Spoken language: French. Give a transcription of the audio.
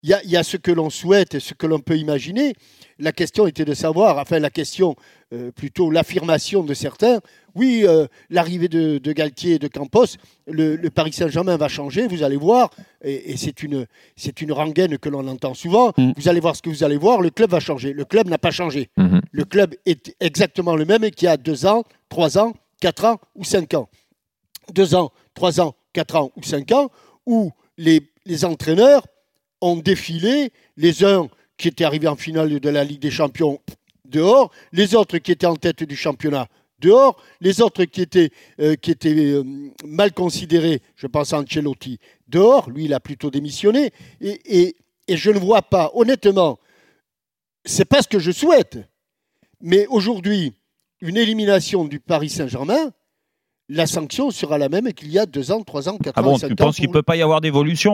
il y a ce que l'on souhaite et ce que l'on peut imaginer. La question était de savoir, plutôt l'affirmation de certains. Oui, l'arrivée de Galtier et de Campos, le Paris Saint-Germain va changer, vous allez voir, et c'est une rengaine que l'on entend souvent. Vous allez voir ce que vous allez voir, le club va changer. Le club n'a pas changé. Le club est exactement le même qu'il y a 2 ans, 3 ans, 4 ans ou 5 ans. 2 ans, 3 ans, 4 ans ou 5 ans, où les entraîneurs ont défilé, les uns qui étaient arrivés en finale de la Ligue des Champions, dehors, les autres qui étaient en tête du championnat, dehors, les autres qui étaient mal considérés, je pense à Ancelotti, dehors, lui il a plutôt démissionné, et je ne vois pas, honnêtement, c'est pas ce que je souhaite, mais aujourd'hui, une élimination du Paris Saint-Germain, la sanction sera la même qu'il y a 2 ans, 3 ans, 4 ans, 5 ans. Tu penses qu'il ne peut pas y avoir d'évolution ?